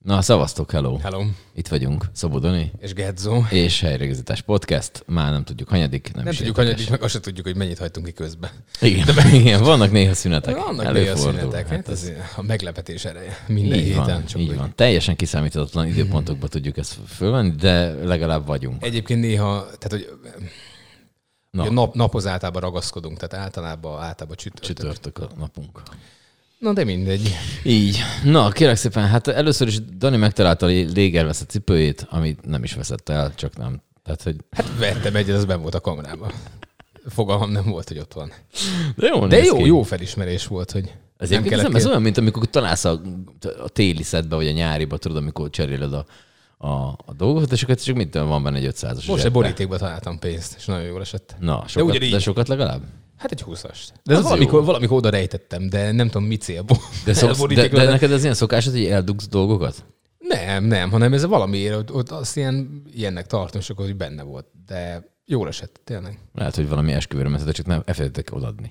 Na, szavaztok, hello. Hello. Itt vagyunk, Szobodoni. És Gedzo. És Helyreigazítás Podcast. Már nem tudjuk, hanyadik. Nem tudjuk hanyadik, meg azt sem tudjuk, hogy mennyit hagytunk ki közben. Igen, vannak néha szünetek. Vannak néha szünetek. Hát ez a meglepetés ereje. Minden így héten. Van, így van. Teljesen kiszámíthatatlan időpontokba tudjuk ezt fölvenni, de legalább vagyunk. Egyébként néha, tehát hogy a naphoz általában ragaszkodunk, tehát általában csütörtök a napunk. Na de mindegy. Így. Na, kérlek szépen, hát először is Dani megtalálta a légerveszett cipőjét, amit nem is veszett el, csak nem. Tehát, hogy... Hát vettem egyet, az benn volt a kamerában. Fogalmam nem volt, hogy ott van. De jó felismerés volt, hogy ez olyan, mint amikor találsz a téli szedbe, vagy a nyáriba, tudod, amikor cseréled a dolgokat, és akkor csak minden van benne egy 500-as. Most egy borítékba találtam pénzt, és nagyon jól esett. Na, de sokat legalább? Hát egy 20-ast. De ez valamikor oda rejtettem, de nem tudom mi célból. De neked ez ilyen szokásod, hogy eldugsz dolgokat? Nem, hanem ez valamiért, ott azt ilyennek tartom, és akkor hogy benne volt. De jól esett, tényleg. Lehet, hogy valami esküvőre mentem, csak nem elfelejtettek odaadni.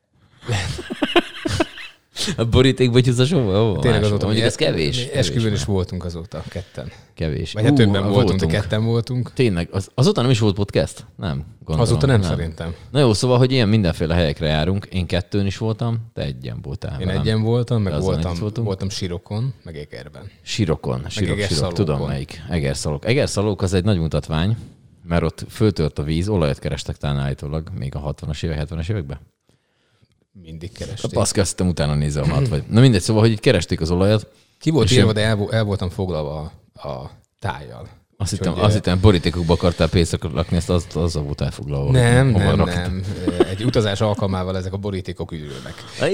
A borítékba gyújtsz a tényleg azóta, mondjuk ez kevés. Esküvőn is voltunk azóta, ketten. Kevés. Vagy hát többen voltunk, de ketten voltunk. Tényleg, azóta nem is volt podcast? Nem, gondolom. Azóta nem szerintem. Na jó, szóval, hogy ilyen mindenféle helyekre járunk. Én 2-n is voltam, te 1-en voltál. Én 1-en voltam, meg voltam Sirokon, meg Egerben. Sirok, tudom melyik. Egerszalók az egy nagy mutatvány, mert ott föltört a víz, olajat kerestek talán állítólag még a 60-as évek, 70-es években. Mindig keresték. Baszki, azt hittem utána nézem át, vagy. Na mindegy, szóval, hogy itt keresték az olajat. Ki volt írva, de el voltam foglalva a tájjal. Azt hittem, borítékokba akartál pénzt lakni, ezt azzal volt elfoglalva. Nem. Egy utazás alkalmával ezek a borítékok üdülnek.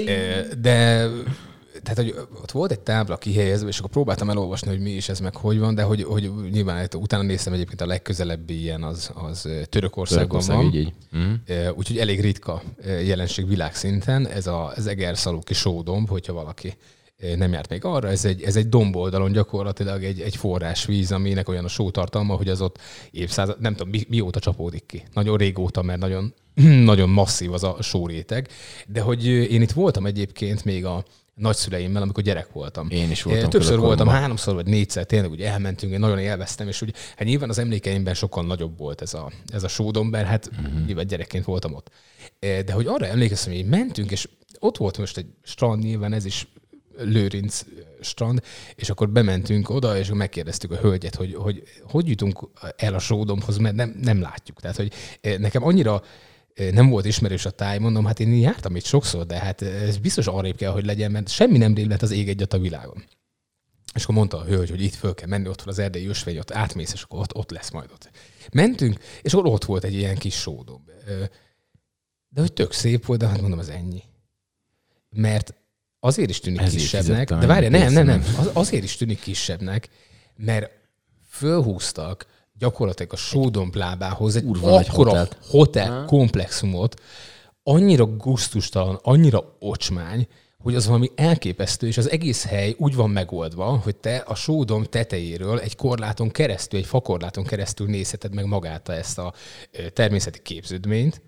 De tehát, hogy ott volt egy tábla kihelyezve, és akkor próbáltam elolvasni, hogy mi is ez, meg hogy van, de hogy nyilván utána néztem egyébként a legközelebbi ilyen, az Törökországban van. Így. Úgyhogy elég ritka jelenség világszinten. Ez az Egerszalóki sódomb, hogyha valaki nem járt még arra, ez egy domboldalon gyakorlatilag egy forrásvíz, aminek olyan a sótartalma, hogy az ott évszázad, nem tudom, mióta csapódik ki. Nagyon régóta, mert nagyon, nagyon masszív az a sóréteg. De hogy én itt voltam egyébként még a nagyszüleimmel, amikor gyerek voltam. Én is voltam. Többször voltam, 3-szor vagy 4-szer, tényleg úgy elmentünk, én nagyon élveztem, és úgy, hát nyilván az emlékeimben sokkal nagyobb volt ez a sódomber, hát nyilván gyerekként voltam ott. De hogy arra emlékeztem, hogy mentünk, és ott volt most egy strand, nyilván ez is Lőrinc strand, és akkor bementünk oda, és megkérdeztük a hölgyet, hogy jutunk el a sódombhoz, mert nem látjuk. Tehát, hogy nekem annyira nem volt ismerős a táj, mondom, hát én jártam itt sokszor, de hát ez biztos arrébb kell, hogy legyen, mert semmi nem lett az ég egyet a világon. És akkor mondta a hölgy, hogy itt föl kell menni, ott van az erdei ösvény, ott átmész, és akkor ott lesz majd ott. Mentünk, és akkor ott volt egy ilyen kis sódomb. De hogy tök szép volt, de hát mondom, az ennyi. Mert azért is tűnik kisebbnek, de várjál, nem. Azért is tűnik kisebbnek, mert fölhúztak gyakorlatilag a sódomb lábához egy akkora hotel komplexumot, annyira gusztustalan, annyira ocsmány, hogy az valami elképesztő, és az egész hely úgy van megoldva, hogy te a sódomb tetejéről egy fakorláton keresztül nézheted meg magát ezt a természeti képződményt,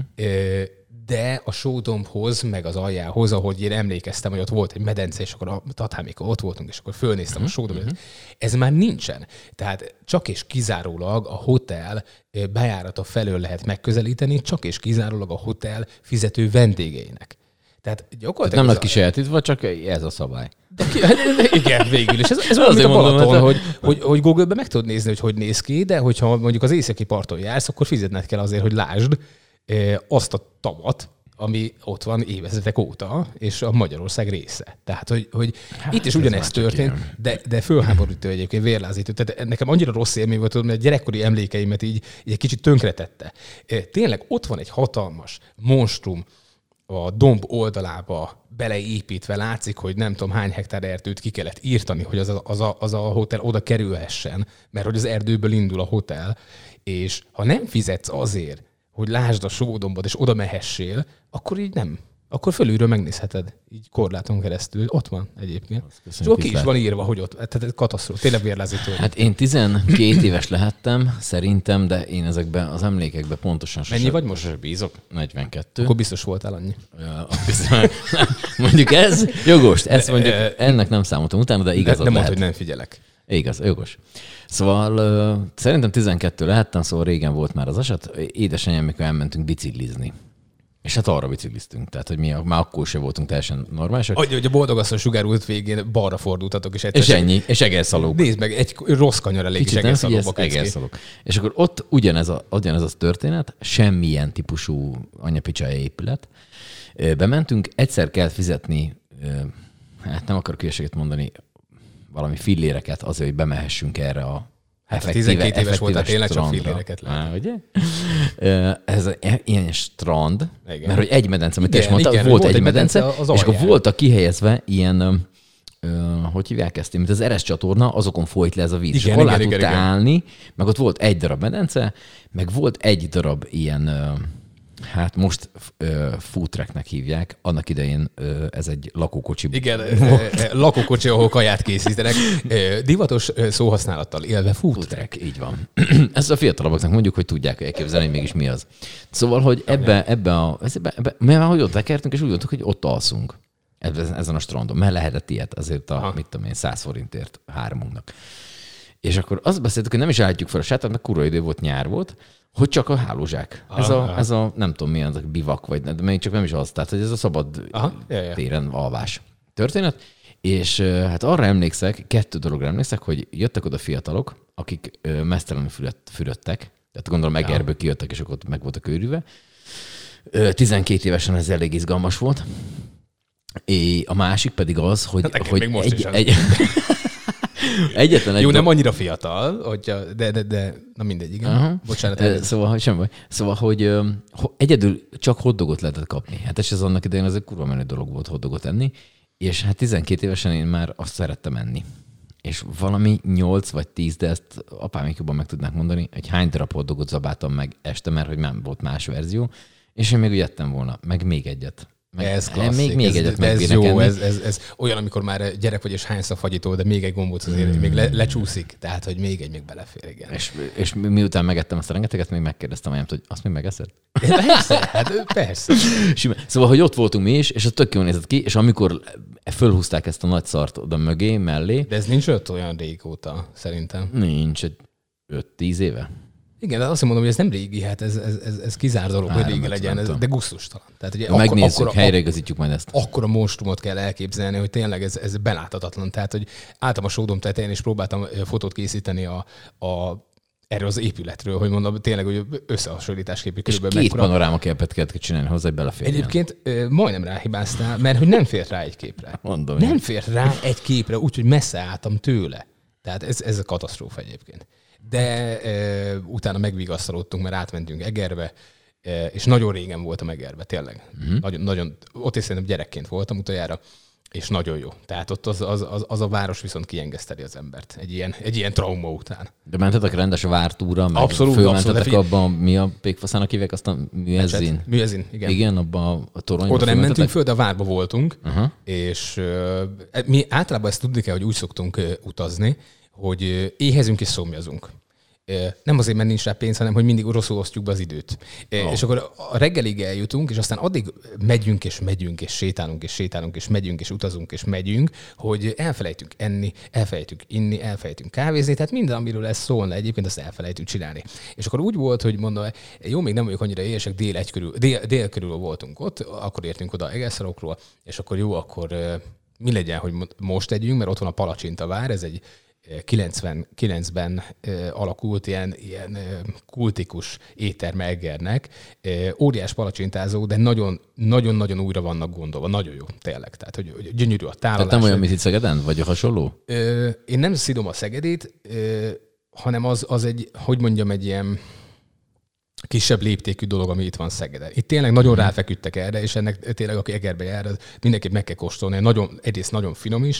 de a sódombhoz, meg az aljához, ahogy én emlékeztem, hogy ott volt egy medence, és akkor a tathámékon ott voltunk, és akkor fölnéztem a sódombot. Ez már nincsen. Tehát csak és kizárólag a hotel bejárata felől lehet megközelíteni, csak és kizárólag a hotel fizető vendégeinek. Tehát gyakorlatilag... Nem lett kisajátítva, csak ez a szabály. Igen, végül is. Ez olyan, mint a Balaton, hogy Google-ben meg tudod nézni, hogy néz ki, de hogyha mondjuk az északi parton jársz, akkor fizetned kell azért, hogy lásd azt a tavat, ami ott van évezredek óta, és a Magyarország része. Tehát, hogy itt is ugyanezt történt, de fölháborító egyébként, vérlázító. Tehát nekem annyira rossz élmény volt, mert a gyerekkori emlékeimet így egy kicsit tönkretette. Tényleg ott van egy hatalmas monstrum, a domb oldalába beleépítve, látszik, hogy nem tudom hány hektár erdőt ki kellett írtani, hogy az a hotel oda kerülhessen, mert hogy az erdőből indul a hotel, és ha nem fizetsz azért, hogy lásd a sódombot, és oda mehessél, akkor így akkor fölülről megnézheted, így korláton keresztül. Ott van egyébként. És akkor ki is van írva, hogy ott. Tehát katasztrófa, tényleg vérlázító. Hát én 12 éves lehettem, szerintem, de én ezekben az emlékekben pontosan Mennyi vagy most? Sosem bízok. 42. Akkor biztos voltál annyi. Ja, mondjuk ez jogos, ezt mondjuk, ennek nem számoltam utána, de igazad nem lehet. Mondd, hogy nem figyelek. Igaz, jogos. Szóval szerintem 12 lehettem, szóval régen volt már az eset. Édesanyám, mikor elmentünk biciklizni. És hát arra bicikliztünk, tehát hogy mi már akkor sem voltunk teljesen normálisak. Hogy a Boldogasszony sugárút végén balra fordultatok, és ennyi, és Egerszalók. Nézd meg, egy rossz kanyar elég, és Egerszalók. És akkor ott ugyanez a történet, semmilyen típusú anyapicsája épület. Bementünk, egyszer kellett fizetni, hát nem akarok hülyeséget mondani, valami filléreket azért, hogy bemehessünk erre a hát 12 éves voltál, tényleg csak filléreket lehet. Ugye? Ez ilyen strand, igen. Mert hogy egy medence, amit is mondta, volt egy medence, és akkor voltak kihelyezve ilyen, hogy hívják ezt, mint az Eres csatorna, azokon folyt le ez a víz. Igen, és alá tudta állni, meg ott volt egy darab medence, meg volt egy darab ilyen, hát most food trucknek hívják, annak idején ez egy lakókocsi. Igen, lakókocsi, ahol kaját készítenek. Divatos szóhasználattal élve food truck. Így van. Ezt a fiatalabbaknak mondjuk, hogy tudják elképzelni, hogy mégis mi az. Szóval, hogy ebbe mert hogy ott lekertünk, és úgy gondoltuk, hogy ott alszunk. Ezen a strandon. Mert lehetett ilyet azért mit tudom én, 100 forintért hármunknak. És akkor azt beszéltük, hogy nem is állítjuk fel a sátrat, mert kurva idő volt, nyár volt, hogy csak a hálózsák. Ez a nem tudom milyen, az a bivak, vagy de még csak nem is az, tehát hogy ez a szabad téren alvás történet. És hát arra emlékszek, 2 dologra emlékszek, hogy jöttek oda fiatalok, akik meztelenül fürödtek, tehát gondolom Egerből kijöttek, és akkor ott meg voltak őrülve. 12 évesen ez elég izgalmas volt. A másik pedig az, hogy egyetlen egy jó, nem annyira fiatal, de na mindegy, igen. Bocsánat. Szóval, hogy egyedül csak hotdogot lehetett kapni. Hát és ez annak idején az egy kurva menő dolog volt hotdogot enni, és hát 12 évesen én már azt szerettem enni. És valami 8 vagy 10, de ezt apámék jobban meg tudnák mondani, hogy hány darab hotdogot zabáltam meg este, mert hogy nem volt más verzió, és én még úgy ettem volna, meg még egyet. Ez klasszik, még egyet ez jó, ez olyan, amikor már gyerek vagy és hányszor fagyitól, de még egy gombóc azért még lecsúszik, tehát hogy még belefér, igen. És miután megettem azt a rengeteget, még megkérdeztem anyámt, hogy azt még megeszed? Persze. Szóval, hogy ott voltunk mi is, és az tök jól nézett ki, és amikor fölhúzták ezt a nagy szart oda mellé. De ez nincs olyan régóta, szerintem. Nincs, 5-10 éve. Igen, de azt mondom, hogy ez nem régi, hát ez kizár dolog, hogy régi legyen, de gusztustalan. Tehát, ugye megnézzük, helyreigazítjuk majd ezt. Akkor a monstrumot kell elképzelni, hogy tényleg ez beláthatatlan. Tehát, hogy álltam a sódom tetején, és próbáltam fotót készíteni erről az épületről, hogy mondom, tényleg, hogy összehasonlításképpen körülbelül. És 2 panorámaképet kell csinálni hozzá, hogy beleférjen. Egyébként majdnem ráhibáztál, mert hogy nem fért rá egy képre. Mondom. Nem fért rá egy képre, úgyhogy messze álltam tőle. Tehát ez a katasztrófa egyébként. De utána megvigasztalódtunk, mert átmentünk Egerbe, és nagyon régen voltam Egerbe, tényleg. Nagyon, ott is szerintem gyerekként voltam utoljára, és nagyon jó. Tehát ott az a város viszont kiengeszteli az embert egy ilyen trauma után. De mentetek rendes a vártúra, meg fölmentetek abban, mi a pékfaszának hívják, azt a Műezzin? Műezzin, igen. Igen, abban a toronyban. Oda nem mentünk föl, de a várba voltunk, és mi általában ezt tudni kell, hogy úgy szoktunk utazni, hogy éhezünk és szomjazunk. Nem azért, mert nincs rá pénz, hanem hogy mindig rosszul osztjuk be az időt. És akkor a reggelig eljutunk, és aztán addig megyünk, és sétálunk, és megyünk, és utazunk, és megyünk, hogy elfelejtünk enni, elfelejtünk inni, elfelejtünk kávézni, tehát minden, amiről lesz szólna egyébként, azt elfelejtünk csinálni. És akkor úgy volt, hogy mondom, jó, még nem vagyok annyira éhesek, dél körül voltunk ott, akkor értünk oda Egerszalókról, és akkor jó, akkor mi legyen, hogy most tegyünk, mert ott van a Palacsinta vár, ez egy 99-ben alakult ilyen kultikus étterme Egernek. Óriás palacsintázó, de nagyon-nagyon újra vannak gondolva. Nagyon jó, tényleg. Tehát, hogy gyönyörű a tálalás. Tehát nem olyan, mint itt Szegeden? Vagy hasonló? Én nem szidom a Szegedét, hanem az egy, hogy mondjam, egy ilyen kisebb léptékű dolog, ami itt van Szegeden. Itt tényleg nagyon ráfeküdtek erre, és ennek tényleg, aki Egerbe jár, mindenképp meg kell kóstolni. Egyrészt nagyon finom is,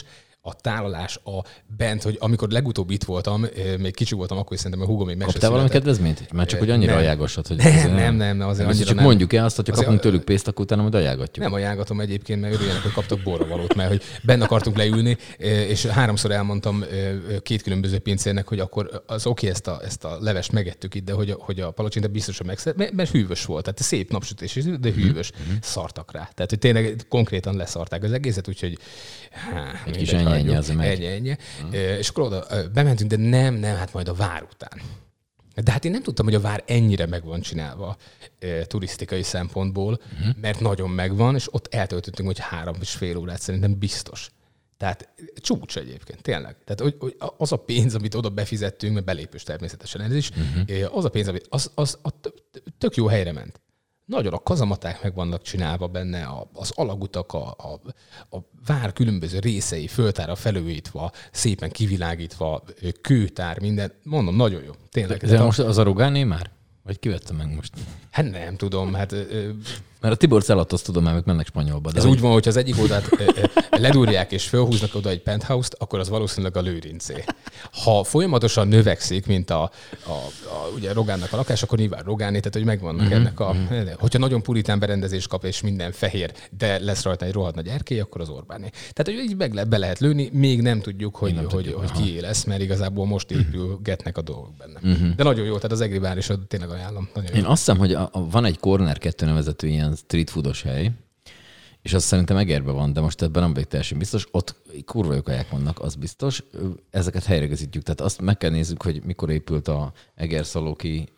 a tálalás, a bent, hogy amikor legutóbb itt voltam, még kicsi voltam, akkor is szerintem a húgom még Kaptál valami kedvezményt? Már csak, hogy annyira ajánlgassad, hogy... Nem, azért annyira csak nem. mondjuk el azt, hogy kapunk tőlük pénzt, akkor utána majd ajánlgatjuk. Nem ajánlgatom egyébként, mert örüljenek, hogy kaptak borravalót, mert hogy benne akartunk leülni, és 3-szor elmondtam 2 különböző pincérnek, hogy akkor az oké, ezt a levest megettük itt, de hogy a palacsinta biztosan mert hűvös volt. Tehát szép napsütés, de hűvös. Szartak rá. Tehát, hogy tényleg konkrétan leszarták az egészet, úgyhogy egy kis ennyi az megy. Ennyi. És akkor oda bementünk, de nem, hát majd a vár után. De hát én nem tudtam, hogy a vár ennyire meg van csinálva turisztikai szempontból, mert nagyon megvan, és ott eltöltöttünk, hogy 3,5 órát szerintem biztos. Tehát csúcs egyébként, tényleg. Tehát hogy az a pénz, amit oda befizettünk, mert belépős természetesen ez is, az a pénz, amit az tök jó helyre ment. Nagyon a kazamaták meg vannak csinálva benne, az alagutak, a vár különböző részei föltára felújítva, szépen kivilágítva, kőtár, minden. Mondom, nagyon jó. Tényleg. Ez most az a Rogáné már? Vagy kivettem meg most? Hát nem tudom, Mert a Tibor Celat, azt tudom, mert mennek Spanyolba. Ez úgy van, hogy az egyik oldalt ledúrják és fölhúznak oda egy penthouse-t, akkor az valószínűleg a Lőrincé. Ha folyamatosan növekszik, mint ugye Rogánnak a lakás, akkor nyilván Rogáné, tehát hogy megvannak ennek hogyha nagyon puritán berendezést kap, és minden fehér, de lesz rajta egy rohadt nagy erkély, akkor az Orbáné. Tehát, hogy így be lehet lőni, még nem tudjuk, hogy kié lesz, mert igazából most épülgetnek a dolgok benne. De nagyon jó, tehát az Egri vár is tényleg ajánlom. Én azt hiszem, hogy van egy Corner 2 nevezetű ilyen street foodos hely, és azt szerintem Egerben van, de most ebben nem vagyok teljesen biztos. Ott kurva jó kaják vannak, az biztos. Ezeket helyreigazítjuk. Tehát azt meg kell nézzük, hogy mikor épült a Eger-Szalóki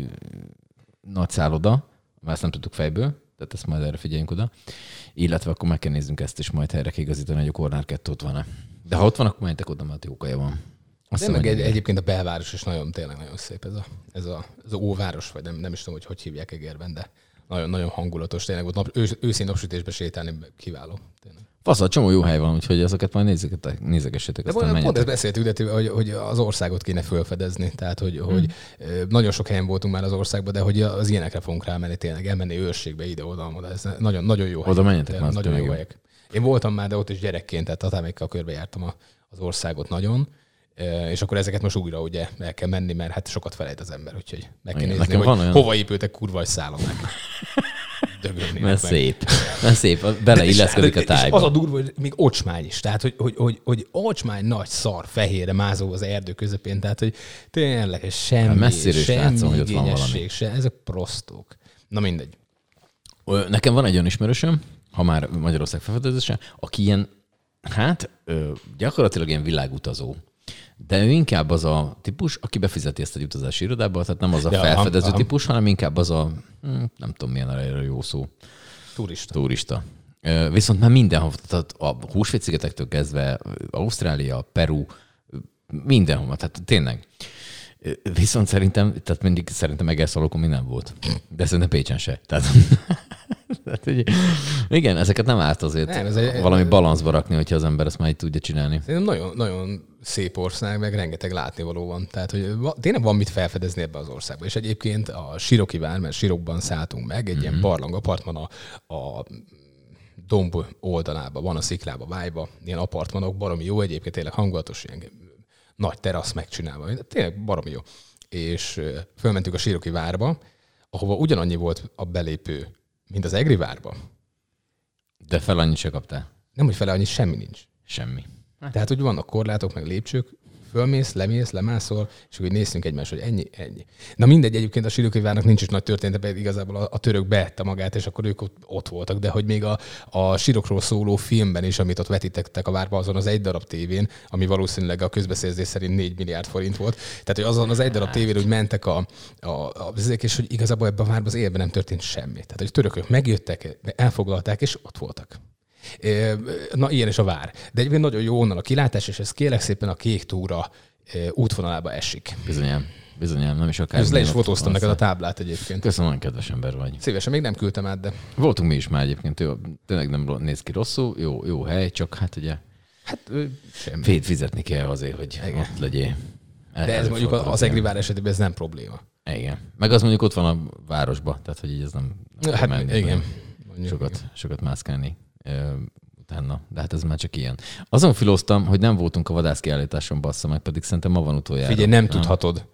nagy szálloda, mert ezt nem tudtuk fejből, tehát ezt majd erre figyeljünk oda. Illetve akkor meg kell nézzünk ezt is, majd helyre igazítani, hogy a Corner 2 ott van-e. De ha ott van, akkor menjetek oda, mert jó kaja van. De meg egyébként a belváros is tényleg nagyon szép ez az óváros, vagy nem is tudom, hogy hívják Egerben, de nagyon hangulatos, tényleg ott őszén napsütésbe sétálni kiváló. Fasz, csomó jó hely van, úgyhogy ezeket majd nézegessetek. De pont ezt beszéltük, hogy az országot kéne felfedezni, tehát hogy nagyon sok helyen voltunk már az országban, de hogy az ilyenekre fogunk rámenni tényleg, elmenni őrségbe ide-oda, ez nagyon jó hely. Oda menjetek már. Nagyon jó helyek. Én voltam már, de ott is gyerekként, tehát tatámékkal körbejártam az országot nagyon, és akkor ezeket most újra ugye el kell menni, mert hát sokat felejt az ember, úgyhogy meg kell nézni, hogy hova épültek kurva szállomák. Mert szép, beleilleszkedik a tájba. És az a durva, hogy még ocsmány is. Tehát, hogy ocsmány nagy szar fehérre mászó az erdő közepén, tehát, hogy tényleg semmi igényesség se. Ezek prostók. Na mindegy. Nekem van egy olyan ismerősöm, ha már Magyarország felfedezése, aki ilyen, gyakorlatilag ilyen világutazó. De ő inkább az a típus, aki befizeti ezt egy utazási irodába, tehát nem az a felfedező típus, hanem inkább az a, nem tudom milyen erre jó szó. Turista. Viszont már mindenhol, tehát a Húsvét-szigetektől kezdve Ausztrália, Peru, mindenhol, tehát tényleg. Viszont szerintem Eger-Szalókon minden volt. De szerintem Pécsen se. Tehát igen, ezeket nem árt azért valami balanszba rakni, hogyha az ember ezt már így tudja csinálni. Szerintem nagyon, nagyon szép ország, meg rengeteg látnivaló van. Tehát, hogy tényleg van mit felfedezni ebbe az országba. És egyébként a Siroki vár, mert Sirokban szálltunk meg, egy ilyen barlang apartman a domb oldalában, van a sziklába, vájba, ilyen apartmanok, baromi jó, egyébként tényleg hangulatos, ilyen nagy terasz megcsinálva. Tényleg baromi jó. És fölmentünk a Siroki várba, ahova ugyanannyi volt a belépő, mint az Egri várba. De fel annyit se kaptál? Nem, hogy fel annyi, semmi nincs. Semmi. Tehát, hogy vannak korlátok, meg lépcsők, fölmész, lemászol, és úgy néztünk egymást, hogy ennyi. Na mindegy, egyébként a Siroki várnak nincs is nagy története, pedig igazából a török beette magát, és akkor ők ott voltak, de hogy még a Sirokról szóló filmben is, amit ott vetítettek a várba, azon az egy darab tévén, ami valószínűleg a közbeszerzés szerint 4 milliárd forint volt. Tehát, hogy azon az egy darab tévén úgy mentek és hogy igazából ebben a várban az életben nem történt semmi. Tehát, hogy törökök megjöttek, elfoglalták, és ott voltak. Na, ilyen is a vár. De egyébként nagyon jó onnan a kilátás, és ez kérlek szépen a Kék túra útvonalába esik. Bizonyám, nem is akár. Ezt le is fotóztam neked a táblát egyébként. Köszönöm, nagyon kedves ember vagy. Szívesen, még nem küldtem át, de... Voltunk mi is már egyébként, tényleg nem néz ki rosszul, jó hely, csak hát ugye... semmi. Fizetni kell azért, hogy ott legyél. De ez mondjuk az Egri vár esetében ez nem probléma. Igen. Meg az mondjuk ott van a városba, tehát hogy így ez nem igen. sokat mászkálni utána. De hát ez már csak ilyen. Azon filóztam, hogy nem voltunk a vadászkiállításon, bassza meg, pedig szerintem ma van utoljára. Figyelj, nem tudhatod.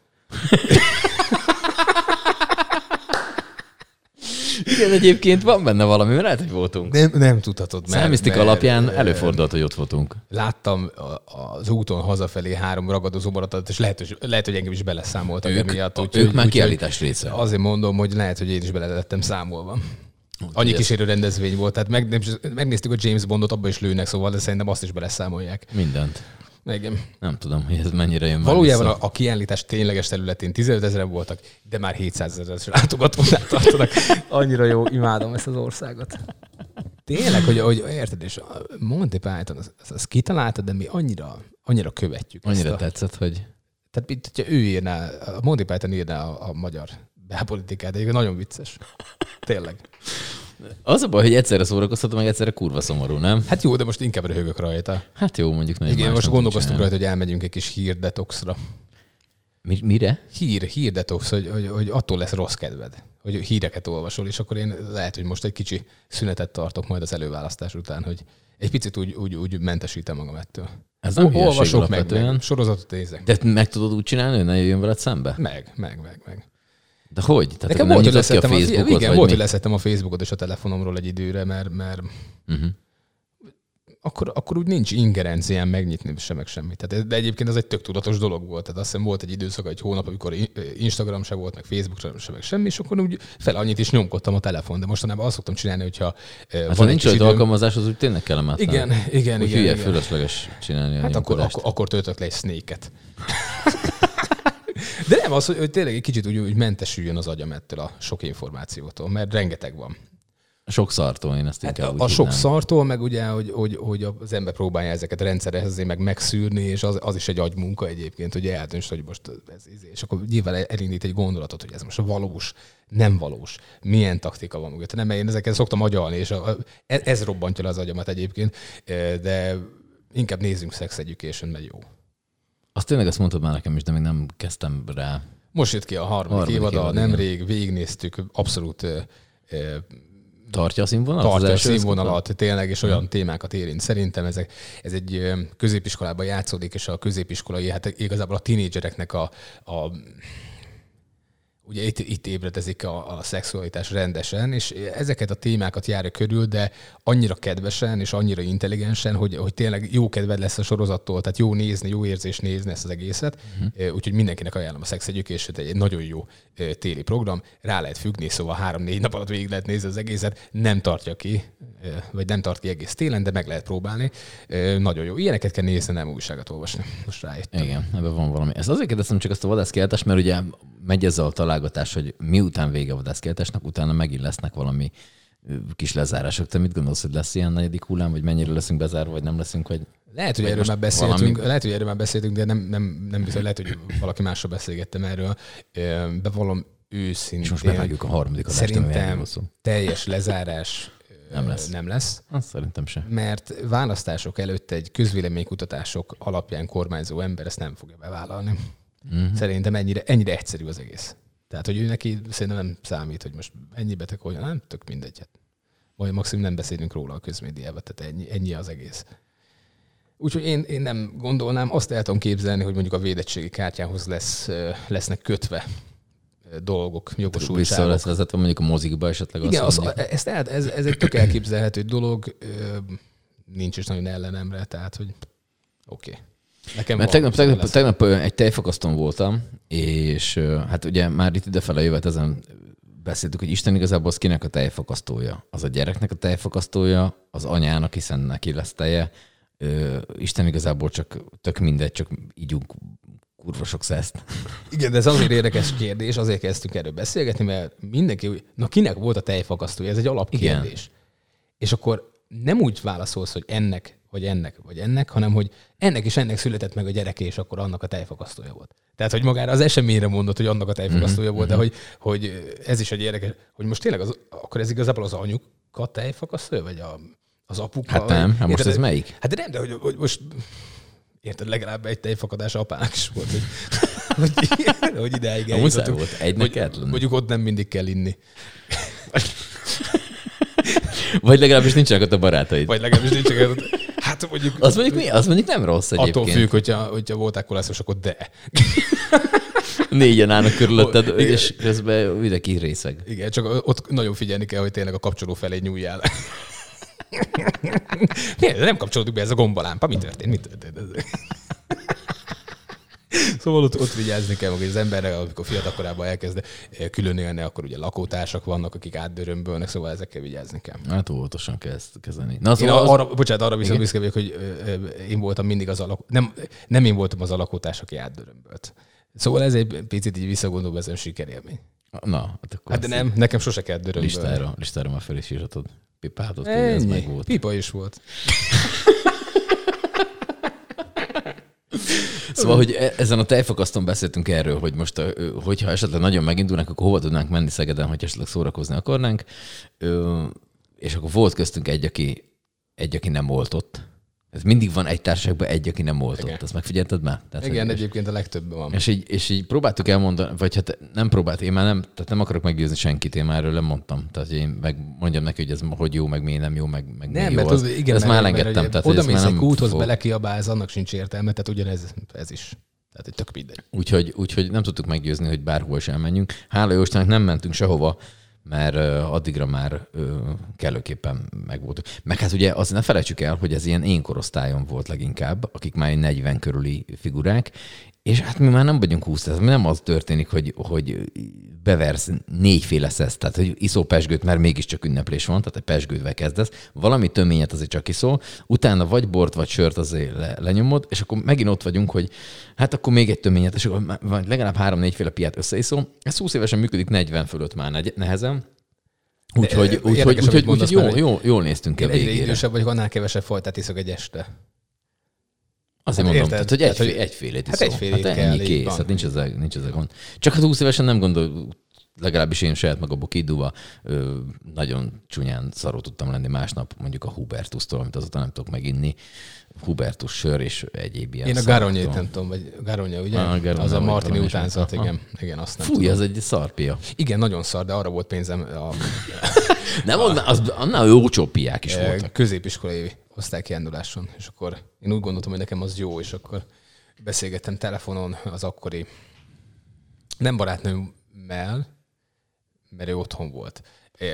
Igen, egyébként van benne valami, mert lehet, hogy voltunk. Nem tudhatod. Számisztika alapján előfordult, hogy ott voltunk. Láttam az úton hazafelé 3 ragadozó maradat, és lehet, hogy engem is beleszámoltak emiatt. Ők már kiállítás része. Azért mondom, hogy lehet, hogy én is bele lettem számolva. Annyi kísérő rendezvény volt, tehát megnéztük a James Bondot, abba is lőnek, szóval, de szerintem azt is beleszámolják. Mindent. Igen. Nem tudom, hogy ez mennyire jön. Valójában a kiállítás tényleges területén 15 000 voltak, de már 700 000 látogatónál tartanak. Annyira jó, imádom ezt az országot. Tényleg, hogy érted, és a Monty Python, azt kitaláltad, de mi annyira követjük. Annyira tetszett, hogy... Tehát, mint hogyha ő írná, a Monty Python írná a magyar belpolitikát, de nagyon vicces. Tényleg. Az a baj, hogy egyszerre szórakoztatom, meg egyszerre kurva szomorú, nem? Hát jó, de most inkább röhögök rajta. Hát jó, mondjuk nagyon. Igen, most gondolkoztunk rajta, hogy elmegyünk egy kis hírdetoxra. Mire? Hírdetox, hogy attól lesz rossz kedved, hogy híreket olvasol, és akkor én lehet, hogy most egy kicsi szünetet tartok majd az előválasztás után, hogy egy picit úgy mentesítem magam ettől. Ez nem olvasok meg, sorozatot nézek. De meg tudod úgy csinálni, hogy ne jöjjön veled szembe? Meg. De hogy? Tehát nekem volt, hogy leszettem hogy leszettem a Facebookot és a telefonomról egy időre, mert akkor úgy nincs ingerencián megnyitni se meg semmit. Tehát, de egyébként ez egy tök tudatos dolog volt. Tehát azt hiszem volt egy időszak, egy hónap, amikor Instagram se volt, meg Facebook se meg semmi, és akkor úgy fel annyit is nyomkodtam a telefon. De mostanában azt szoktam csinálni, hogyha hát van nincs olyan alkalmazás, az úgy tényleg kellemetlen. Igen. Hülye, fölösleges csinálni. Hát akkor töltök le egy Snake-et. De nem az, hogy tényleg egy kicsit úgy mentesüljön az agyam ettől a sok információtól, mert rengeteg van. Sok szartól, én ezt inkább úgy a sok szartól, meg ugye, hogy az ember próbálja ezeket rendszerezni, meg megszűrni, és az is egy agymunka egyébként, hogy eldönts, hogy most ez, és akkor nyilván elindít egy gondolatot, hogy ez most valós, nem valós, milyen taktika van mögött. Nem, én ezeket szoktam agyalni, és ez robbantja le az agyamat egyébként, de inkább nézzünk Sex Education, mert jó. Azt tényleg ezt mondtad már nekem is, de még nem kezdtem rá. Most jött ki a harmadik évad, nemrég végignéztük, abszolút tartja a színvonalat? Tartja a színvonalat, tényleg, és olyan témákat érint. Szerintem ez egy középiskolában játszódik, és a középiskolai, hát igazából a tínédzsereknek ugye itt ébredezik a szexualitás rendesen, és ezeket a témákat járja körül, de annyira kedvesen és annyira intelligensen, hogy tényleg jó kedved lesz a sorozattól, tehát jó nézni, jó érzés nézni ezt az egészet. Úgyhogy mindenkinek ajánlom a Sex Education, egy nagyon jó téli program, rá lehet függni, szóval 3-4 nap alatt végig lehet nézni az egészet, nem tartja ki, vagy nem tart ki egész télen, de meg lehet próbálni. Nagyon jó. Ilyeneket kell nézni, nem újságot olvasni. Most rájöttem. Igen, ebben van valami. Ezt azért kérdeztem csak ezt a vadászkiáltást, mert ugye megy ezzel a találgatás, hogy miután vége a vadászkiáltásnak, utána megint lesznek valami kis lezárások. Te mit gondolsz, hogy lesz ilyen negyedik hullám, vagy mennyire leszünk bezárva, vagy nem leszünk, vagy... Lehet, hogy erről már beszéltünk, de nem bizony, lehet, hogy valaki mással beszélgettem erről. Bevallom őszintén. És most megvágjuk a harmadik adást. Szerintem teljes lezárás nem lesz. Azt szerintem sem. Mert választások előtt egy közvéleménykutatások alapján kormányzó ember ezt nem fogja bevállalni. Szerintem ennyire egyszerű az egész. Tehát, hogy ő neki szerintem nem számít, hogy most ennyi beteg olyan, nem tök mindegy. Vagy maximum nem beszélünk róla a közmédiában, tehát ennyi az egész. Úgyhogy én nem gondolnám, azt el tudom képzelni, hogy mondjuk a védettségi kártyához lesznek kötve dolgok, jogosultságok. Vissza lesz vezetve mondjuk a mozikba esetleg. Igen, ez egy tök elképzelhető dolog, nincs is nagyon ellenemre, tehát, hogy oké. Mert tegnap egy tejfakasztón voltam, és hát ugye már itt idefele jövet ezen beszéltük, hogy Isten igazából az kinek a tejfakasztója. Az a gyereknek a tejfakasztója, az anyának, hiszen neki lesz teje. Isten igazából csak tök mindegy, csak ígyunk kurva sok szeszt. Igen, de ez azért érdekes kérdés, azért kezdtünk erről beszélgetni, mert mindenki, kinek volt a tejfakasztója? Ez egy alapkérdés. Igen. És akkor nem úgy válaszolsz, hogy ennek, vagy ennek, hanem hogy ennek és ennek született meg a gyereke, és akkor annak a tejfakasztója volt. Tehát, hogy magára az eseményre mondott, hogy annak a tejfakasztója volt, de hogy ez is egy érdekes, hogy most tényleg akkor ez igazából az anyuka tejfakasztója, vagy az apuka? Hát nem, hát most ez melyik? Hát de nem, de hogy most érted, legalább egy tejfakadás apának is volt, hogy ideig eljutottunk. Volt, egynek kellett lenni. Mondjuk ott nem mindig kell inni. Vagy legalábbis nincsenek ott a barátaid. Vagy legalábbis nincsenek ott. Hát mondjuk... Az mondjuk nem rossz egyébként. Attól függ, hogyha voltál kolászos, akkor de. 4-en állnak körülötted, és közben mindenki részeg. Igen, csak ott nagyon figyelni kell, hogy tényleg a kapcsoló felé nyúljál. Nem kapcsolódik be ez a gombalámpa. Mi történt? Szóval ott vigyázni kell maga az emberre, amikor fiatalkorában elkezd külön élni, akkor ugye lakótársak vannak, akik átdörömbölnek, szóval ezekkel vigyázni kell. Hát óvatosan kell ezt kezelni. Na, szóval arra viszont büszke vagyok, hogy én voltam mindig nem én voltam az a lakótárs, aki átdörömbölt. Szóval ez egy picit így visszagondolva, ez olyan sikerélmény. Na, hát akkor de nem, nekem sose kell dörömbölni. Listára már fel is írhatod. Pipátot, ez meg volt. Pipa is volt. Szóval, hogy ezen a tejfakaszton beszéltünk erről, hogy most, hogyha esetleg nagyon megindulnak, akkor hova tudnánk menni Szegeden, hogy esetleg szórakozni akarnánk. És akkor volt köztünk egy, aki nem oltott. Ez mindig van egy társaságban egy, aki nem oltott. Igen. Azt megfigyelted már? Tehát, igen, egyébként a legtöbben van. És így próbáltuk elmondani, vagy hát nem próbált, én már nem akarok meggyőzni senkit, én már erről nem mondtam. Tehát én megmondjam neki, hogy ez hogy jó, meg miért nem jó, meg nem, jó. Mert az, igen, ezt már elengedtem. Oda mész egy kúthoz, belekiabálsz, annak sincs értelme, tehát ugyanez ez is. Tehát egy tök mindegy. Úgyhogy nem tudtuk meggyőzni, hogy bárhol is elmenjünk. Hála Jóistennek nem mentünk sehova, mert addigra már kellőképpen megvoltunk. Meg hát ugye azt ne felejtsük el, hogy ez ilyen én korosztályon volt leginkább, akik már 40 körüli figurák, és hát mi már nem vagyunk 20, tehát nem az történik, hogy beversz 4 szeszt, tehát hogy iszol pezsgőt, mert mégiscsak ünneplés van, tehát egy pezsgődvel kezdesz, valami töményet azért csak iszol, utána vagy bort, vagy sört azért lenyomod, és akkor megint ott vagyunk, hogy hát akkor még egy töményet, és akkor legalább 3-4 piát összeiszol. Ez 20 évesen működik, 40 fölött már nehezen. Úgyhogy jól néztünk ki a végére. Egyre idősebb vagyok, annál kevesebb fajtát iszok egy este. Azért mondom, tehát, hogy egyfélét iszol. Hát egyfélét kell. Ennyi kész, hát nincs ezzel gond. Csak hát 20 évesen nem gondol, legalábbis én saját magamból kidúva nagyon csúnyán szaró tudtam lenni másnap, mondjuk a Hubertusztól, amit azóta nem tudok meginni. Hubertus sör és egyéb ilyen. Én a Garonyét nem tudom, vagy Garonya, ugye? Az a Martini utánzat, igen, azt nem tudom. Az egy szarpia. Igen, nagyon szar, de arra volt pénzem. Nem mondd, annál jó piák is voltak. Középiskolai osztálykiánduláson, és akkor én úgy gondoltam, hogy nekem az jó, és akkor beszélgettem telefonon az akkori nem barátnőmmel, mert ő otthon volt.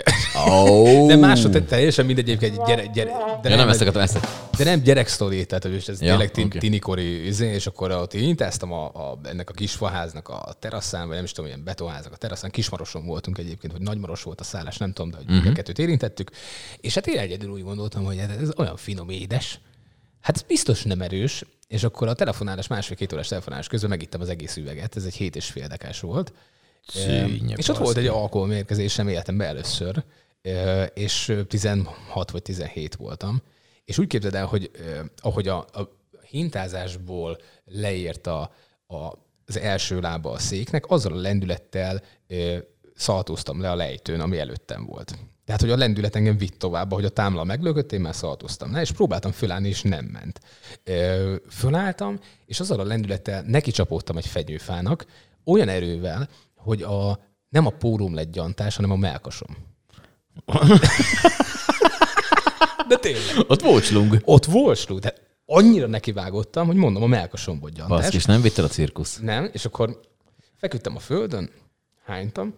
De másod teljesen mindegy, egyébként de nem gyereksztori, tehát ez tényleg tinikori, és akkor ott intáztam ennek a kisfaháznak a teraszán, vagy nem is tudom, ilyen betonháznak a teraszán, Kismaroson voltunk egyébként, vagy Nagymaros volt a szállás, nem tudom, de hogy kettőt érintettük, és hát én egyedül úgy gondoltam, hogy ez olyan finom, édes, hát ez biztos nem erős, és akkor a telefonálás, 1,5-2 órás telefonálás közben megittem az egész üveget, ez egy 7,5 dekás volt. És ott volt egy alkoholmérgezésem életemben először, és 16 vagy 17 voltam. És úgy képzeld el, hogy ahogy a hintázásból leért az első lába a széknek, azzal a lendülettel szaltóztam le a lejtőn, ami előttem volt. Tehát, hogy a lendület engem vitt tovább, ahogy a támla meglökött, én már szaltóztam le, és próbáltam fölállni, és nem ment. Fölálltam, és azzal a lendülettel neki csapódtam egy fenyőfának, olyan erővel, hogy nem a póróm lett gyantás, hanem a mellkasom. De tényleg. Ott volcslung. Ott volcslung. Tehát annyira nekivágottam, hogy mondom, a mellkasom volt gyantás. Baszki, és nem vitted a cirkusz? Nem, és akkor feküdtem a földön, hánytam,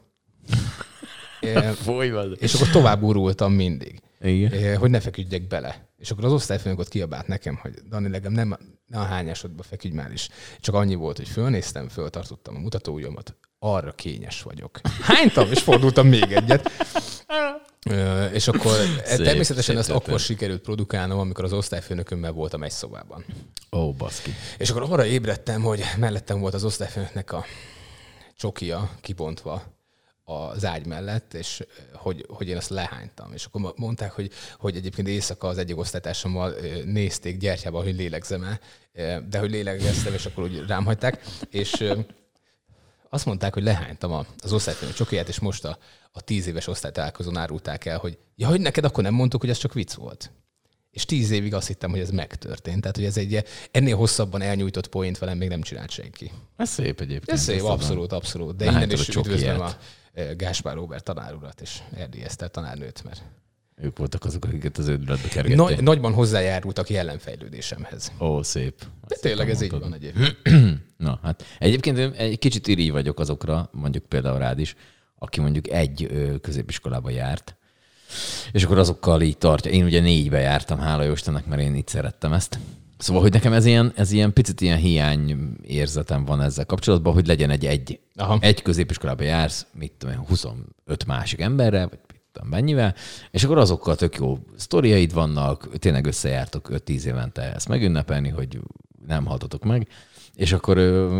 és akkor tovább urultam mindig. Igen. Hogy ne feküdjek bele. És akkor az osztályfőnök ott kiabált nekem, hogy Dani, legalább ne a hányásodba feküdj már is. Csak annyi volt, hogy fölnéztem, föltartottam a mutatóujjamat. Arra kényes vagyok. Hánytam, és fordultam még egyet. És akkor természetesen ezt akkor sikerült produkálnom, amikor az osztályfőnökömmel voltam egy szobában. Ó, baszki. És akkor arra ébredtem, hogy mellettem volt az osztályfőnöknek a csokia kibontva az ágy mellett, és hogy én azt lehánytam. És akkor mondták, hogy egyébként éjszaka az egyik osztálytársammal nézték gyertyával, hogy lélegzem-e, de hogy lélegeztem, és akkor úgy rám hagyták. És azt mondták, hogy lehánytam az osztályfőnök csokiját, és most a 10 éves osztálytalálkozón árulták el, hogy hogy neked akkor nem mondtuk, hogy ez csak vicc volt. És 10 évig azt hittem, hogy ez megtörtént. Tehát, hogy ez egy ennél hosszabban elnyújtott poént velem még nem csinált senki. Ez szép egyébként. Ez szép, abszolút. De innen is üdvözlöm a Gáspár Róbert tanárurat és Erdély Eszter tanárnőt, mert Ők voltak azok, akiket az ödületbe kergették. Nagyban hozzájárultak jelenfejlődésemhez. Ó, szép. De tényleg ez így van egyébként. Na, hát egyébként egy kicsit irigy vagyok azokra, mondjuk például rád is, aki mondjuk egy középiskolába járt, és akkor azokkal így tartja. Én ugye 4-be jártam, hála jó Istennek, mert én így szerettem ezt. Szóval, hogy nekem ez ilyen picit ilyen hiány érzetem van ezzel kapcsolatban, hogy legyen egy középiskolába jársz, mit tudom én, 25 másik emberre, vagy mit tudom mennyivel, és akkor azokkal tök jó sztoriaid vannak, tényleg összejártok 5-10 évente ezt megünnepelni, hogy nem haltatok meg, és akkor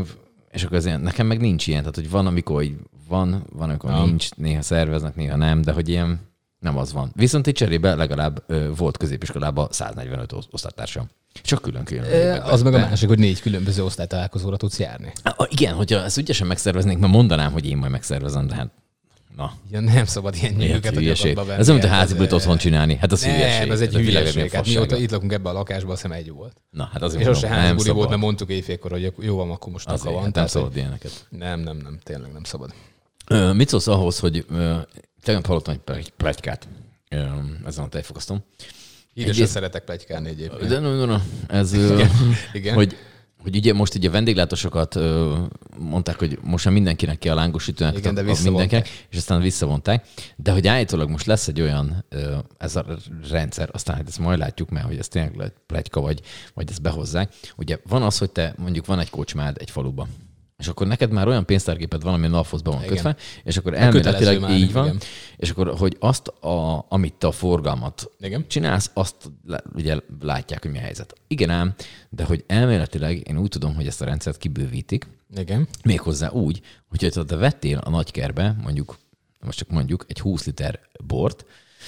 ez ilyen, nekem meg nincs ilyen, tehát hogy van, amikor amikor nincs, néha szerveznek, néha nem, de hogy ilyen nem az van. Viszont itt cserébe legalább volt középiskolában 145 osztálytársam. Csak külön-külön. Az meg a másik, hogy 4 különböző osztálytalálkozóra tudsz járni. Igen, hogyha ezt ügyesen megszerveznék, mert mondanám, hogy én majd megszervezem, de hát na. Ja, nem szabad ilyen nyelvüket a gyakorlatba venni. Ez nem, mint a házi bulit otthon csinálni. Hát az hülyeség. Nem, ez egy hülyeség. Hát mióta itt lakunk ebben a lakásban, azt hiszem egy volt. Na, hát azért és most se házi buli volt, mert mondtuk éjfélkor, hogy jó van, akkor most azért, van. Hát nem szabad ilyeneket. Nem, tényleg nem szabad. Mit szólsz ahhoz, hogy tegnap hallottam egy pletykát ezen a tejfogasztom. Híresen szeretek pletykálni egyébként. De no. Ez, igen. Hogy ugye most így a vendéglátósokat mondták, hogy most már mindenkinek kell a lángosütőnek, igen, de mindenkinek, és aztán visszavonták. De hogy állítólag most lesz egy olyan ez a rendszer, aztán hát ezt majd látjuk, mert hogy ez tényleg pletyka, vagy ezt behozzák. Ugye van az, hogy te mondjuk van egy kocsmád egy faluba, és akkor neked már olyan pénztárgéped van, ami a NAV-hoz van kötve, és akkor elméletileg már, így van, igen. És akkor, hogy azt, amit te a forgalmat csinálsz, azt ugye látják, hogy mi a helyzet. Igen ám, de hogy elméletileg én úgy tudom, hogy ezt a rendszert kibővítik, igen. Méghozzá úgy, hogyha te vettél a nagykerbe, most csak mondjuk egy 20 liter bort,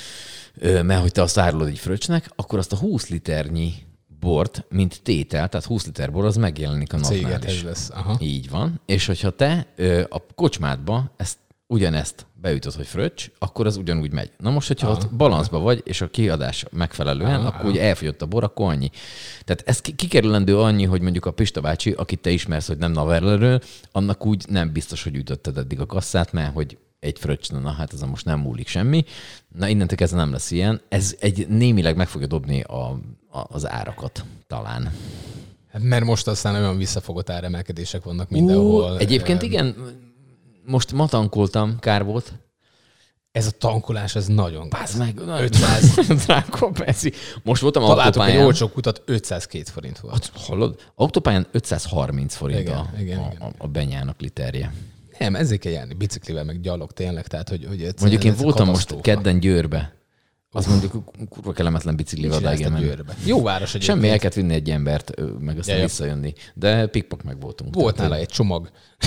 mert hogy te azt árulod egy fröccsnek, akkor azt a 20 liternyi bort, mint tétel, tehát 20 liter bor, az megjelenik a napnál is. Lesz. Aha. Így van. És hogyha te a kocsmádba ugyanezt beütöd, hogy fröccs, akkor az ugyanúgy megy. Na most, hogyha ott balanszba vagy, és a kiadás megfelelően, akkor ugye elfogyott a bor, akkor annyi. Tehát ez kikerülendő annyi, hogy mondjuk a Pista bácsi, akit te ismersz, hogy nem Naverlerről, annak úgy nem biztos, hogy ütötted eddig a kasszát, mert hogy egy fröccs, na hát ez most nem múlik semmi. Na innentől kezdve nem lesz ilyen. Ez egy némileg meg fogja dobni az árakat talán. Mert most aztán olyan visszafogott áremelkedések vannak mindenhol. Egyébként igen, most ma tankoltam, kár volt. Ez a tankolás, ez nagyon gáz. Meg 500. Drága Beszi. Most voltam találtok egy olcsó kutat, 502 forint volt. Hallod? Autópályán 530 forint igen. a benyának literje. Nem, ezért kell járni biciklivel, meg gyalog tényleg. Tehát, hogy mondjuk én voltam most kedden Győrbe. Az mondjuk kurva kellemetlen biciklivel odáig menni. Jó város egyébként. Semmi, el kellett vinni egy embert, meg aztán visszajönni. De pikpak meg voltunk. Volt nála egy csomag.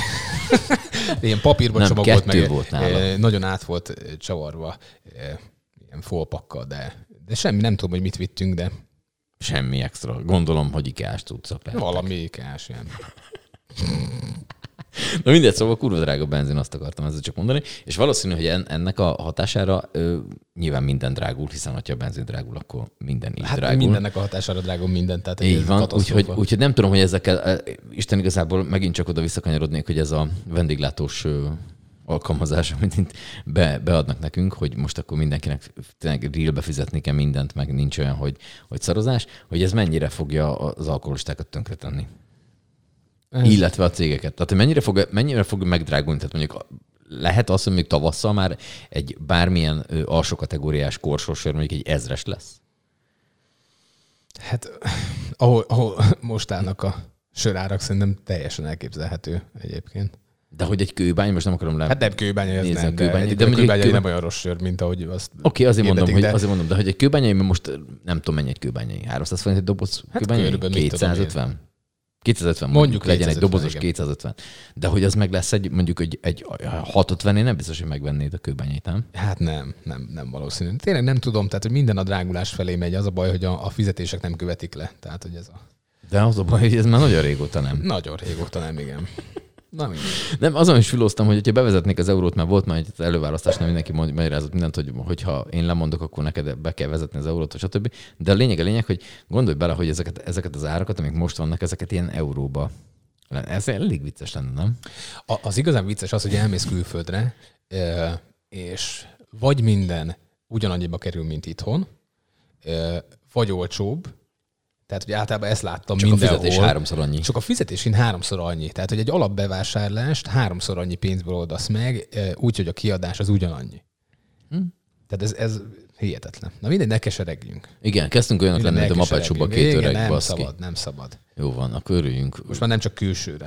Ilyen papírban csomag volt meg. Volt nála. Nagyon át volt csavarva ilyen folpakkal, de semmi, nem tudom, hogy mit vittünk, de... Semmi extra. Gondolom, hogy ikás tudszak lehetnek. Valami ikás, ilyen. Na mindegy, szóval kurva drága benzin, azt akartam ezzel csak mondani. És valószínű, hogy ennek a hatására nyilván minden drágul, hiszen ha a benzin drágul, akkor minden így drágul. Mindennek a hatására drágul minden. Tehát így van, úgyhogy nem tudom, hogy ezekkel, Isten igazából megint csak oda visszakanyarodnék, hogy ez a vendéglátós alkalmazás, amit beadnak nekünk, hogy most akkor mindenkinek tényleg realbe fizetni kell mindent, meg nincs olyan, hogy szarozás, hogy ez mennyire fogja az alkoholistákat tönkretenni. Illetve a cégeket. Tehát mennyire fog megdrágulni? Tehát mondjuk lehet az, hogy még tavasszal már egy bármilyen alsó kategóriás korsósör mondjuk egy 1000-es lesz? Hát ahol most állnak a sörárak, szerintem teljesen elképzelhető egyébként. De hogy egy kőbány, most nem akarom Hát nem kőbánya, ez nem, de kőbánya nem olyan rossz sör, mint ahogy azt Oké, azért mondom, de hogy egy kőbányai, mert most nem tudom mennyi egy kőbányai. 300 forint egy doboz kőbányai? 250? 250 mondjuk legyen egy dobozos, igen. 250. De hogy az meg lesz mondjuk egy 650, én nem biztos, hogy megvennéd a kőbányait, nem? Hát nem valószínű. Tényleg nem tudom, tehát hogy minden a drágulás felé megy. Az a baj, hogy a fizetések nem követik le. Tehát, hogy ez a... De az a baj, hogy ez már nagyon régóta nem. Nagyon régóta nem, igen. Na, nem, azon is filóztam, hogy ha bevezetnék az eurót, mert volt már egy előválasztásnál mindenki magyarázott mindent, hogyha én lemondok, akkor neked be kell vezetni az eurót, stb. De a lényeg, hogy gondolj bele, hogy ezeket az árakat, amik most vannak, ezeket ilyen euróba. Ez elég vicces lenne, nem? Az igazán vicces az, hogy elmész külföldre, és vagy minden ugyanannyiba kerül, mint itthon, vagy olcsóbb. Tehát, hogy általában ezt láttam csak mindenhol. Csak a fizetés 3-szor annyi. Csak a fizetés 3-szor annyi. Tehát, hogy egy alapbevásárlást 3-szor annyi pénzből oldasz meg, úgyhogy a kiadás az ugyanannyi. Tehát ez hihetetlen. Na mindegy, ne keseregjünk. Igen, kezdtünk olyanok lenni, mint a Muppet Show-ban 2 öreg, nem baszki. szabad, nem szabad. Jó van, akkor örüljünk. Most már nem csak külsőre.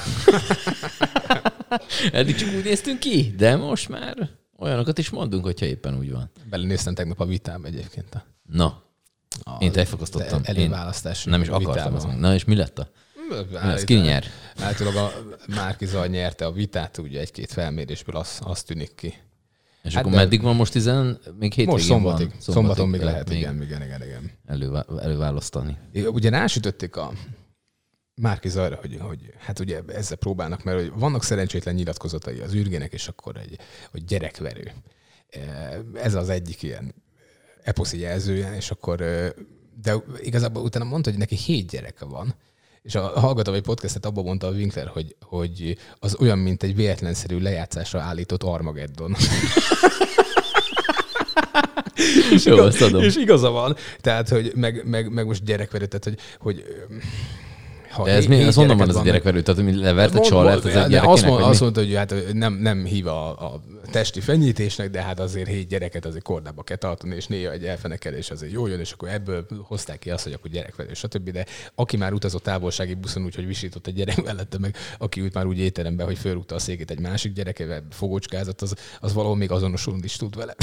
Eddig csak úgy néztünk ki, de most már olyanokat is mondunk, hogyha éppen úgy van. Belenéztem tegnap a vitába egyébként. Na, én tejfakasztottam. Előválasztás. Nem is akartam azt meg. Na, és mi lett ez ki nyer? Általában a Márki Zaj nyerte a vitát, ugye egy-két felmérésből az tűnik ki. És hát akkor meddig van most még hétvégén most szombatig. van? Szombaton még lehet, igen. Előválasztani. Ugye rásütötték a Márki Zajra, hogy hát ugye ezzel próbálnak, mert hogy vannak szerencsétlen nyilatkozatai az űrgének, és akkor hogy gyerekverő. Ez az egyik ilyen eposzi jelzője, és akkor, de igazából utána mondta, hogy neki 7 gyereke van, és hallgatom egy podcastet, abban mondta a Winkler, hogy az olyan, mint egy véletlenszerű lejátszásra állított Armageddon. És igaza van. Tehát, hogy meg most gyerekverő, tehát, hogy de ez honnan van ez a gyerekverő? Tehát, hogy levert a csalát az egy gyerekének? Azt mondta, hogy hát nem hív a testi fenyítésnek, de hát azért 7 gyereket azért kordába kell tartani, és néha egy elfenekelés azért jól jön, és akkor ebből hozták ki azt, hogy akkor gyerekverő, stb. De aki már utazott távolsági buszon úgy, hogy visított egy gyerek mellette, meg aki ült már úgy étteremben, hogy fölrúgta a székét egy másik gyerekével, fogócskázott, az valahol még azonosulni is tud vele.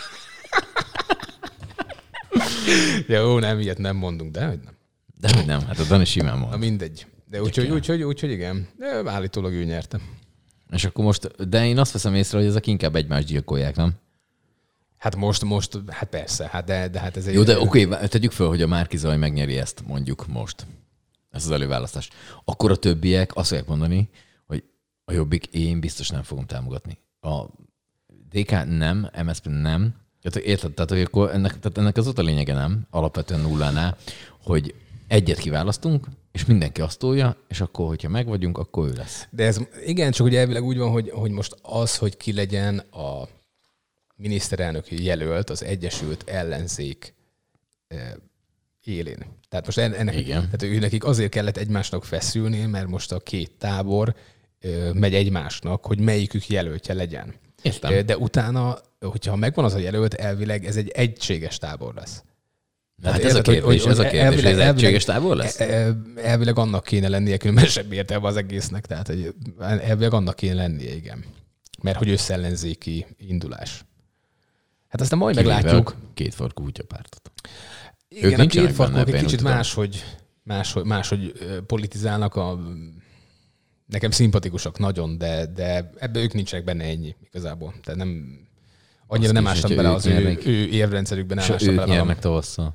Jó, nem, ilyet nem mondunk, de hogy nem. De hogy nem, hát a Dani simán mond. Na mindegy. De úgyhogy igen. De állítólag ő nyerte. És akkor most, de én azt veszem észre, hogy ezek inkább egymást gyilkolják, nem? Hát most, hát persze, hát de hát ez egy... Jó, de oké, tegyük föl, hogy a Márki Zaj megnyeri ezt, mondjuk most. Ez az előválasztás. Akkor a többiek azt fogják mondani, hogy a Jobbik én biztos nem fogom támogatni. A DK nem, MSZP nem. Érted? Tehát, hogy akkor ennek az ott a lényege nem, alapvetően nullánál, hogy egyet kiválasztunk, és mindenki azt tolja, és akkor, hogyha megvagyunk, akkor ő lesz. De ez igen, csak ugye elvileg úgy van, hogy most az, hogy ki legyen a miniszterelnök jelölt az Egyesült Ellenzék élén. Tehát most tehát nekik azért kellett egymásnak feszülni, mert most a két tábor megy egymásnak, hogy melyikük jelöltje legyen. Értem. De utána, hogyha megvan az a jelölt, elvileg ez egy egységes tábor lesz. Hát ez a kérdés, hogy ez egységes tábor lesz? Elvileg annak kéne lennie, különben sem értelme az egésznek, tehát hogy elvileg annak kéne lennie, igen. Mert hogy összellenzéki indulás. Hát aztán majd meglátjuk. Kétfarkú kutyapártot. Igen, a kétfarkúak egy kicsit máshogy politizálnak, nekem szimpatikusak nagyon, de ebben ők nincsenek benne ennyi igazából. Tehát nem... Annyira nem ástam bele az ő érvrendszerükben. És ők nyernek tavasszal.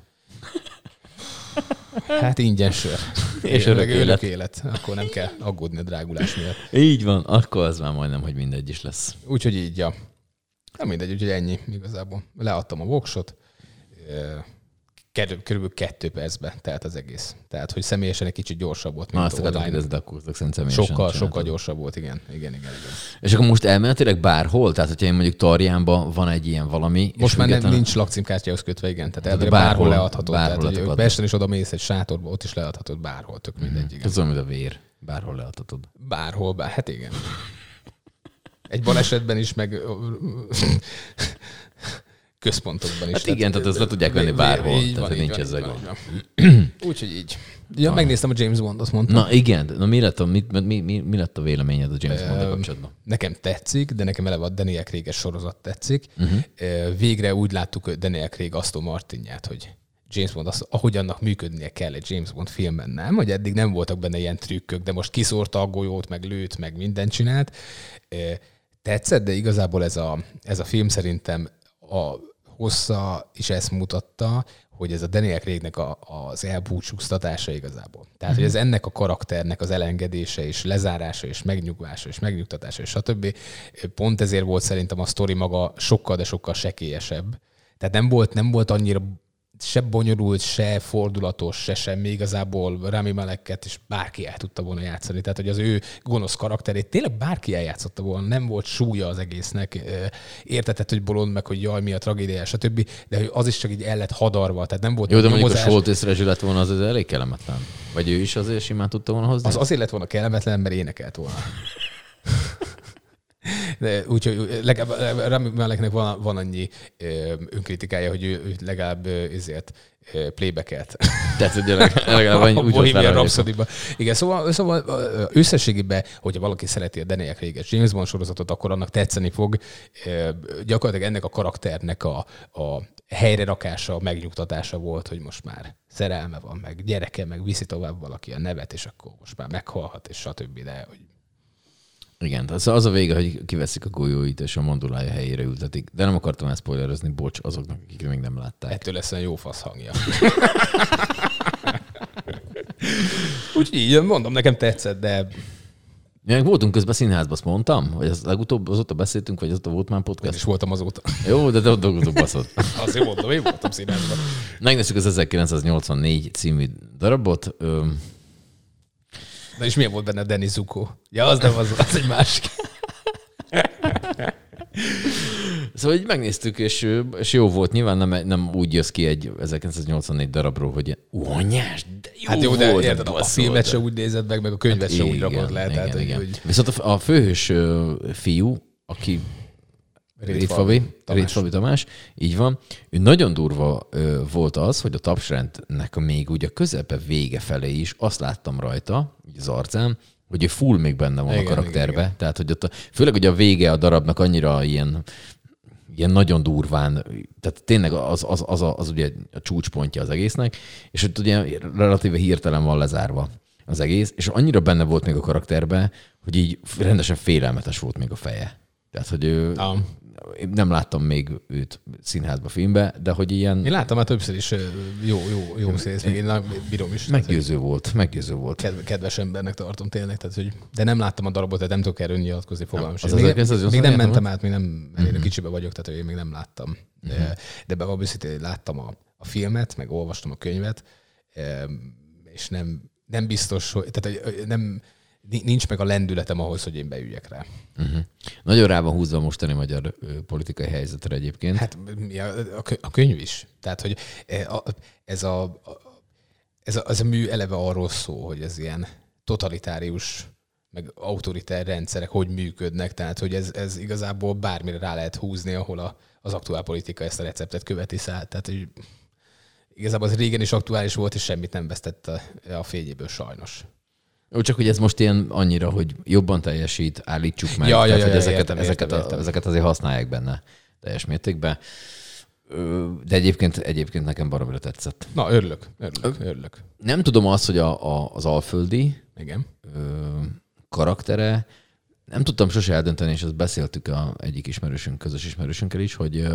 Hát ingyen sör. És örök élet. Akkor nem kell aggódni a drágulás miatt. Így van, akkor az már majdnem, hogy mindegy is lesz. Úgyhogy így, ja. Nem mindegy, úgyhogy ennyi igazából. Leadtam a voksot. Körülbelül 2 percbe telt az egész. Tehát, hogy személyesen egy kicsit gyorsabb volt, mint azt akartam kérdezni, de akkor személyesen sokkal gyorsabb volt, igen. És akkor most elméletileg bárhol? Tehát, hogyha én mondjuk Tarjánban van egy ilyen valami... Most már nincs lakcímkártyához kötve, igen. Tehát bárhol leadhatod. Tehát, Pesten is oda mész egy sátorba, ott is leadhatod bárhol, tök mindegy. Igen. Ez olyan, mint a vér. Bárhol leadhatod. Bárhol, hát igen. Egy balesetben is, meg... központokban is. Hát igen, tehát ezt le tudják venni bárhol, tehát nincs ezzel gond. Úgyhogy így. Ja, megnéztem a James Bondot, mondtam. Na igen, na mi lett a véleményed a James Bond-a kapcsolatban? Nekem tetszik, de nekem eleve a Daniel Craig-es sorozat tetszik. Végre úgy láttuk Daniel Craig Aston Martinját, hogy James Bond, ahogy annak működnie kell egy James Bond filmben, nem? Hogy eddig nem voltak benne ilyen trükkök, de most kiszórta a golyót, meg lőtt, meg mindent csinált. Tetszett, de igazából ez a film szerintem a hossza is ezt mutatta, hogy ez a Daniel Craignek az elbúcsúztatása igazából. Tehát, hogy ez ennek a karakternek az elengedése és lezárása és megnyugvása és megnyugtatása és stb. Pont ezért volt szerintem a sztori maga sokkal, de sokkal sekélyesebb. Tehát nem volt annyira se bonyolult, se fordulatos, se semmi. Igazából Rami Maleket is bárki el tudta volna játszani. Tehát, hogy az ő gonosz karakterét tényleg bárki eljátszotta volna. Nem volt súlya az egésznek. Értetett, hogy bolond, meg hogy jaj, mi a tragédia, stb. De hogy az is csak így el lett hadarva. Tehát nem volt jó, de mondjuk a Soltész Rezsi lett volna, az elég kellemetlen. Vagy ő is azért simán tudta volna hozni? Az azért lett volna kellemetlen, mert énekelt volna. De úgyhogy legalább Rami Maleknek van annyi önkritikája, hogy ő legalább ezért playbackelt. Tehát, hogy legalább úgy volt vele. Igen, szóval összességében, hogyha valaki szereti a Daniel Craig-es James Bond sorozatot, akkor annak tetszeni fog. Gyakorlatilag ennek a karakternek a helyre rakása, megnyugtatása volt, hogy most már szerelme van, meg gyereke, meg viszi tovább valaki a nevet, és akkor most már meghalhat, és stb. De hogy igen, az a vége, hogy kiveszik a golyóit, és a mandulája helyére ültetik. De nem akartam ezt spoilerezni, bocs, azoknak, akik még nem látták. Ettől lesz olyan jó fasz hangja. Úgyhogy így mondom, nekem tetszett, de... Ja, voltunk közben színházban, azt mondtam? Vagy az legutóbb azóta beszéltünk, vagy azóta volt már podcast? Én is voltam azóta. Jó, de te ott dolgozok, baszod. Azért mondom, én voltam színházban. Megnézzük az 1984 című darabot. De és milyen volt benne Danny Zuko? Ja, az nem az egy másik. Szóval így megnéztük, és jó volt. Nyilván nem úgy jössz ki egy 1984 darabról, hogy anyás, de jó hát jó, volt. de érted, a filmet se úgy nézed meg a könyvet se úgy rakod le. Igen, tehát, igen. Hogy... Viszont a főhős fiú, aki Rétfalvi Tamás, így van. Ő nagyon durva volt az, hogy a tapsrendnek még úgy a közepe vége felé is azt láttam rajta, így az arcán, hogy ő full még benne van a karakterbe. Igen. Tehát, hogy ott főleg, hogy a vége a darabnak annyira ilyen nagyon durván, tehát tényleg az ugye a csúcspontja az egésznek, és hogy ugye relatíve hirtelen van lezárva az egész, és annyira benne volt még a karakterbe, hogy így rendesen félelmetes volt még a feje. Tehát, hogy ő... Én nem láttam még őt színházba, filmbe, de hogy ilyen... Én láttam már többször is jó színész, még én bírom is. Meggyőző volt. Kedves embernek tartom tényleg, tehát, hogy, de nem láttam a darabot, tehát nem tudok erről nyilatkozni, fogalmam sem. Még nem mentem át, még nem, én kicsibe vagyok, tehát hogy én még nem láttam. De bevallom őszintén, láttam a filmet, meg olvastam a könyvet, és nem biztos, hogy... Tehát nem... Nincs meg a lendületem ahhoz, hogy én beüljek rá. Nagyon rá van húzva a mostani magyar politikai helyzetre egyébként. Hát a könyv is. Tehát, hogy ez a mű eleve arról szól, hogy ez ilyen totalitárius, meg autoritár rendszerek hogy működnek, tehát, hogy ez igazából bármire rá lehet húzni, ahol az aktuál politika ezt a receptet követi szállt. Tehát, hogy igazából az régen is aktuális volt, és semmit nem vesztett a fényéből sajnos. Jó, csak hogy ez most ilyen annyira, hogy jobban teljesít, állítsuk meg. Ezeket azért használják benne teljes mértékben. De egyébként nekem baromira tetszett. Na, örülök. Nem tudom azt, hogy az alföldi igen. Karaktere, nem tudtam sose eldönteni, és azt beszéltük egyik közös ismerősünkkel is, hogy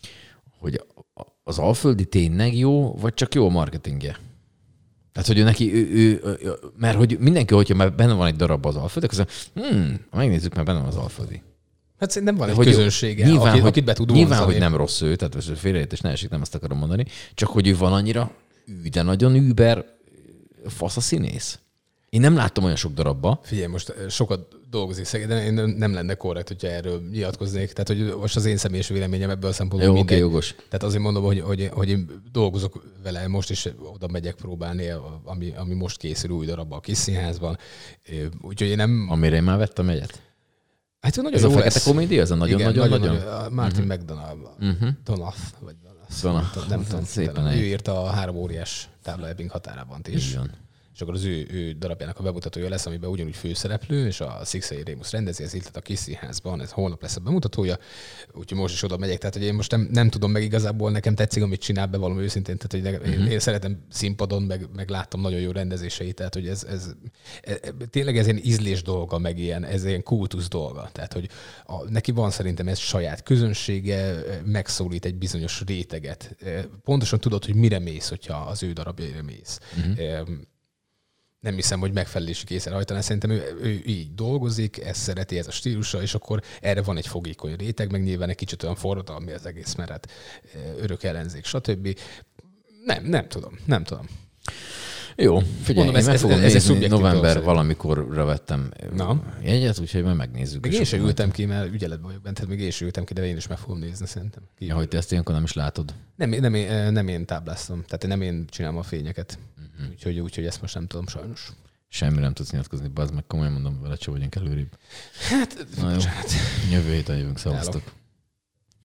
az alföldi tényleg jó, vagy csak jó a marketingje? Tehát, hogy mert hogy mindenki, hogyha már benne van egy darab az alföldi, akkor megnézzük, mert benne van az alföldi. Hát szerintem van egy közönsége, akit be tud vonzani. Nyilván, hogy nem rossz ő, tehát félreértés ne esik, nem azt akarom mondani, csak hogy ő van annyira de nagyon über fasz a színész. Én nem láttam olyan sok darabba. Figyelj, most sokat dolgozik, de én nem lenne korrekt, hogyha erről nyilatkoznék. Tehát, hogy most az én személyes véleményem ebből a szempontból minden. Jó, jogos. Tehát azért mondom, hogy én dolgozok vele, most is oda megyek próbálni, ami most készül új darabban a Kis Színházban. Úgyhogy én nem... Amire én már vettem egyet. Hát nagyon ez jó a fekete komédia, ez a nagyon-nagyon... Martin McDonagh, Donath, vagy nem tudom. Szépen ő írta a 3 óriás tábla Ebbing határában is. Igen. És akkor az ő darabjának a bemutatója lesz, amiben ugyanúgy főszereplő, és a Szikszai Rémusz rendezi, ez itt a Kis Színházban, ez holnap lesz a bemutatója, úgyhogy most is oda megyek. Tehát, hogy én most nem tudom meg igazából, nekem tetszik, amit csinál, bevallom őszintén, tehát, hogy én szeretem színpadon, meg láttam nagyon jó rendezéseit, tehát, hogy ez tényleg ez ilyen ízlés dolga, meg ez ilyen kultusz dolga. Tehát, hogy neki van szerintem ez saját közönsége, megszólít egy bizonyos réteget. Pontosan tudod, hogy mire mész, hogyha az ő darabjaira mész. Nem hiszem, hogy megfelelési készen hajtaná. Szerintem ő így dolgozik, ezt szereti, ez a stílusa, és akkor erre van egy fogékony réteg, meg nyilván egy kicsit olyan forradalmi az egész, mert hát örök ellenzék, stb. Nem tudom. Jó, figyelj, Mondom, én meg fogom nézni, november dolog, valamikorra vettem jegyet, úgyhogy majd megnézzük. Még én sem ültem ki, mert ügyeletben vagyok bent, tehát még én sem ültem ki, de én is meg fogom nézni szerintem. Ja, hogy te ezt ilyenkor nem is látod? Nem én tábláztam, tehát nem én csinálom a fényeket. Úgyhogy ezt most nem tudom sajnos. Semmi nem tudsz nyilatkozni, bazd meg, komolyan mondom, veled sem vagyunk előrébb. Hát, na jó, jövő héten jövünk, szavaztok.